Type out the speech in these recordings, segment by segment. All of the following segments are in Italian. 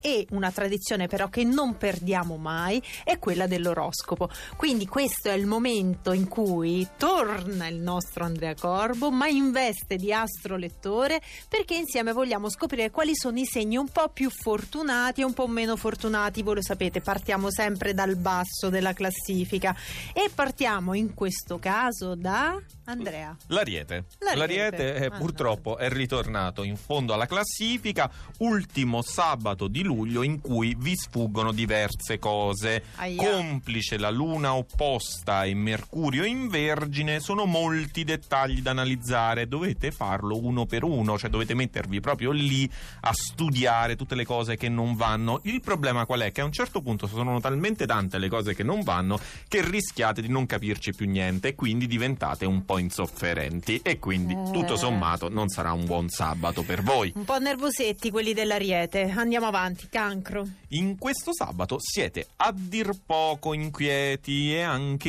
E una tradizione però che non perdiamo mai è quella dell'oroscopo. Quindi questo è il momento in cui torna il nostro Andrea Corbo, ma in veste di astrolettore, perché insieme vogliamo scoprire quali sono i segni un po' più fortunati e un po' meno fortunati. Voi lo sapete, partiamo sempre dal basso della classifica e partiamo in questo caso da Andrea. L'Ariete purtroppo è ritornato in fondo alla classifica, ultimo sabato di luglio in cui vi sfuggono diverse cose. Complice la luna opposta e Mercurio in Vergine, sono molti dettagli da analizzare, dovete farlo uno per uno, cioè dovete mettervi proprio lì a studiare tutte le cose che non vanno. Il problema qual è? Che a un certo punto sono talmente tante le cose che non vanno che rischiate di non capirci più niente e quindi diventate un po' insofferenti e quindi tutto sommato non sarà un buon sabato per voi. Un po' nervosetti quelli dell'Ariete. Andiamo avanti. Cancro. In questo sabato siete a dir poco inquieti e anche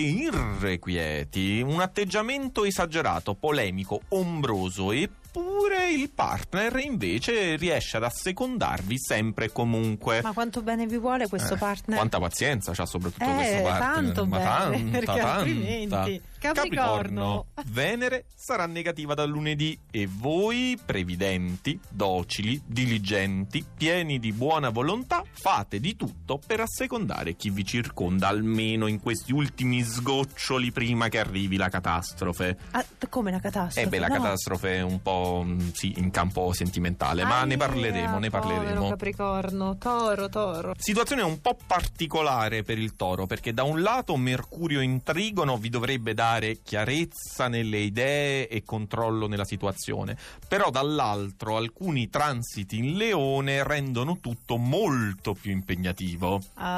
irrequieti, un atteggiamento esagerato, polemico, ombroso, eppure il partner invece riesce ad assecondarvi sempre e comunque. Ma quanto bene vi vuole questo partner? Quanta pazienza c'ha soprattutto questo partner. Tanto bene, perché tanta. Altrimenti. Capricorno. Venere sarà negativa dal lunedì e voi, previdenti, docili, diligenti, pieni di buona volontà, fate di tutto per assecondare chi vi circonda, almeno in questi ultimi sgoccioli prima che arrivi la catastrofe. Come la catastrofe? La catastrofe è un po' in campo sentimentale, ma ne parleremo. Povero Capricorno. Toro. Situazione un po' particolare per il Toro, perché da un lato Mercurio in Trigono vi dovrebbe dare chiarezza nelle idee e controllo nella situazione, però dall'altro alcuni transiti in Leone rendono tutto molto più impegnativo.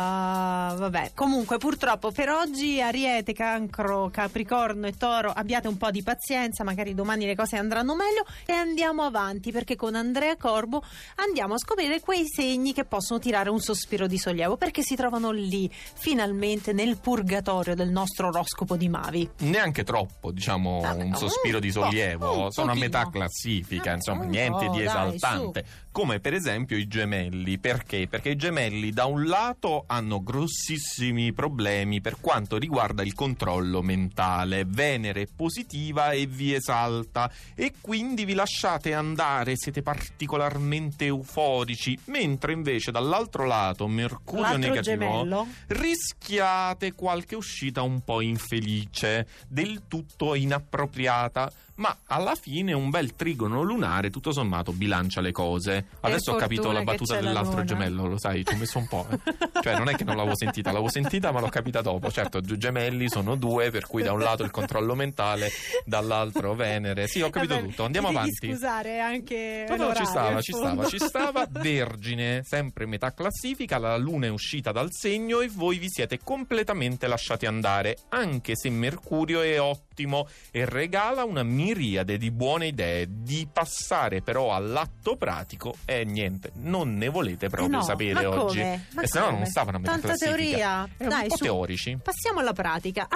Vabbè, comunque purtroppo per oggi Ariete, Cancro, Capricorno e Toro abbiate un po' di pazienza, magari domani le cose andranno meglio e andiamo avanti, perché con Andrea Corbo andiamo a scoprire quei segni che possono tirare un sospiro di sollievo, perché si trovano lì finalmente nel purgatorio del nostro oroscopo di Mavi. Neanche troppo, diciamo, un sospiro di sollievo, sono a metà classifica, insomma, niente di esaltante. Dai, come per esempio i Gemelli. Perché? Perché i Gemelli da un lato hanno grossissimi problemi per quanto riguarda il controllo mentale. Venere è positiva e vi esalta e quindi vi lasciate andare, siete particolarmente euforici, mentre invece dall'altro lato Mercurio negativo, gemello, rischiate qualche uscita un po' infelice, del tutto inappropriata, ma alla fine un bel trigono lunare tutto sommato bilancia le cose. Adesso ho capito la battuta dell'altro gemello, lo sai, ci ho messo un po'. Cioè non è che non l'avevo sentita, ma l'ho capita dopo. Certo, gemelli sono due, per cui da un lato il controllo mentale, dall'altro Venere. Sì, ho capito tutto, andiamo avanti. Scusare anche ci stava. Vergine, sempre metà classifica, la luna è uscita dal segno e voi vi siete completamente lasciati andare, anche se Mercurio è ottimo e regala una miriade di buone idee. Di passare però all'atto pratico niente, non ne volete proprio sapere oggi. E se no non stavano a metà classifica. Tanta teoria. Dai, un po' teorici. Passiamo alla pratica.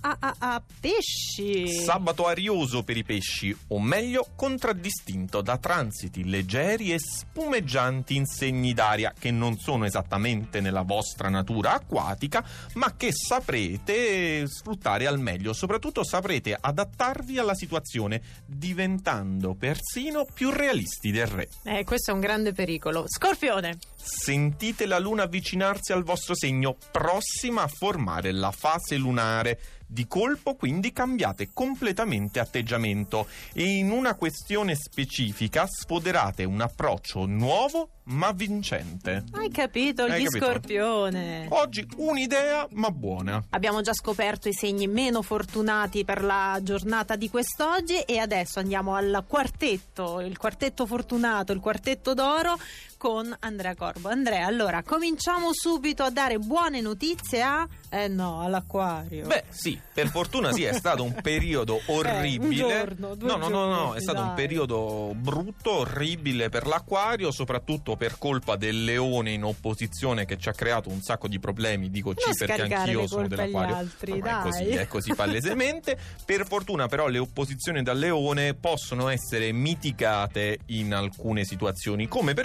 Pesci. Sabato arioso per i pesci, o meglio contraddistinto da transiti leggeri e spumeggianti in segni d'aria che non sono esattamente nella vostra natura acquatica, ma che saprete sfruttare al meglio. Soprattutto saprete adattarvi alla situazione, diventando persino più realisti del re. Questo è un grande pericolo. Scorpione. Sentite la luna avvicinarsi al vostro segno, prossima a formare la fase lunare. Di colpo quindi cambiate completamente atteggiamento e in una questione specifica sfoderate un approccio nuovo ma vincente. Hai capito, Scorpione? Oggi un'idea ma buona. Abbiamo già scoperto i segni meno fortunati per la giornata di quest'oggi e adesso andiamo al quartetto, il quartetto fortunato, il quartetto d'oro con Andrea Corbo. Andrea, allora cominciamo subito a dare buone notizie all'Acquario. Beh sì, per fortuna sì, è stato un periodo orribile. Due giorni, è stato un periodo brutto, orribile per l'Acquario, soprattutto per colpa del Leone in opposizione che ci ha creato un sacco di problemi, dico non perché anch'io sono dell'Acquario. Altri, è così palesemente. Per fortuna però le opposizioni dal Leone possono essere mitigate in alcune situazioni, come per esempio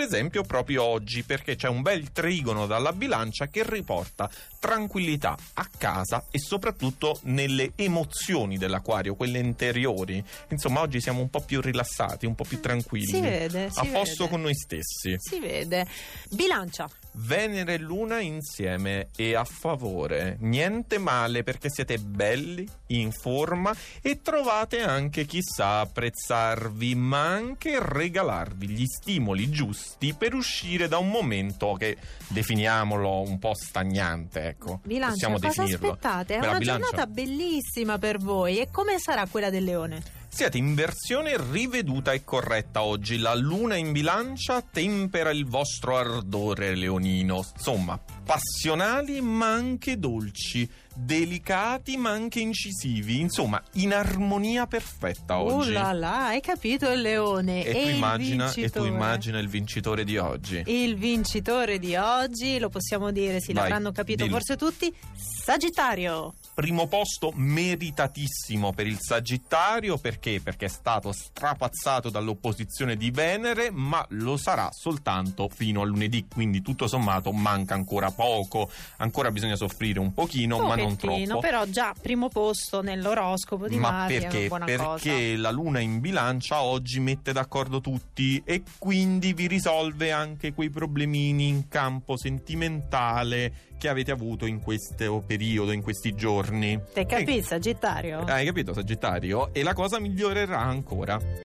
proprio oggi, perché c'è un bel trigono dalla bilancia che riporta tranquillità a casa e soprattutto nelle emozioni dell'Aquario, quelle interiori. Insomma, oggi siamo un po' più rilassati, un po' più tranquilli, si vede, a posto con noi stessi. Si vede. Bilancia. Venere e Luna insieme e a favore. Niente male, perché siete belli, in forma e trovate anche chi sa apprezzarvi, ma anche regalarvi gli stimoli giusti per uscire da un momento che definiamolo un po' stagnante, ecco. Bilancia, possiamo cosa definirlo. aspettate? È Beh, una bilancia, giornata bellissima per voi. E come sarà quella del Leone? siete in versione riveduta e corretta oggi. La luna in bilancia tempera il vostro ardore leonino. Insomma, passionali ma anche dolci, delicati ma anche incisivi. Insomma, in armonia perfetta oggi. Oh là là, hai capito il leone? E tu immagina il vincitore di oggi. Il vincitore di oggi, lo possiamo dire, sì, Vai, l'avranno capito dillo. forse tutti. Sagittario. Primo posto meritatissimo per il Sagittario, perché? Perché è stato strapazzato dall'opposizione di Venere, ma lo sarà soltanto fino a lunedì, quindi tutto sommato manca ancora poco, ancora bisogna soffrire un pochino, ma non troppo. Però già primo posto nell'oroscopo di Marte è una buona cosa. Perché la luna in bilancia oggi mette d'accordo tutti e quindi vi risolve anche quei problemini in campo sentimentale che avete avuto in questo periodo, in questi giorni. Te capito, Sagittario? Hai capito, Sagittario? E la cosa migliorerà ancora.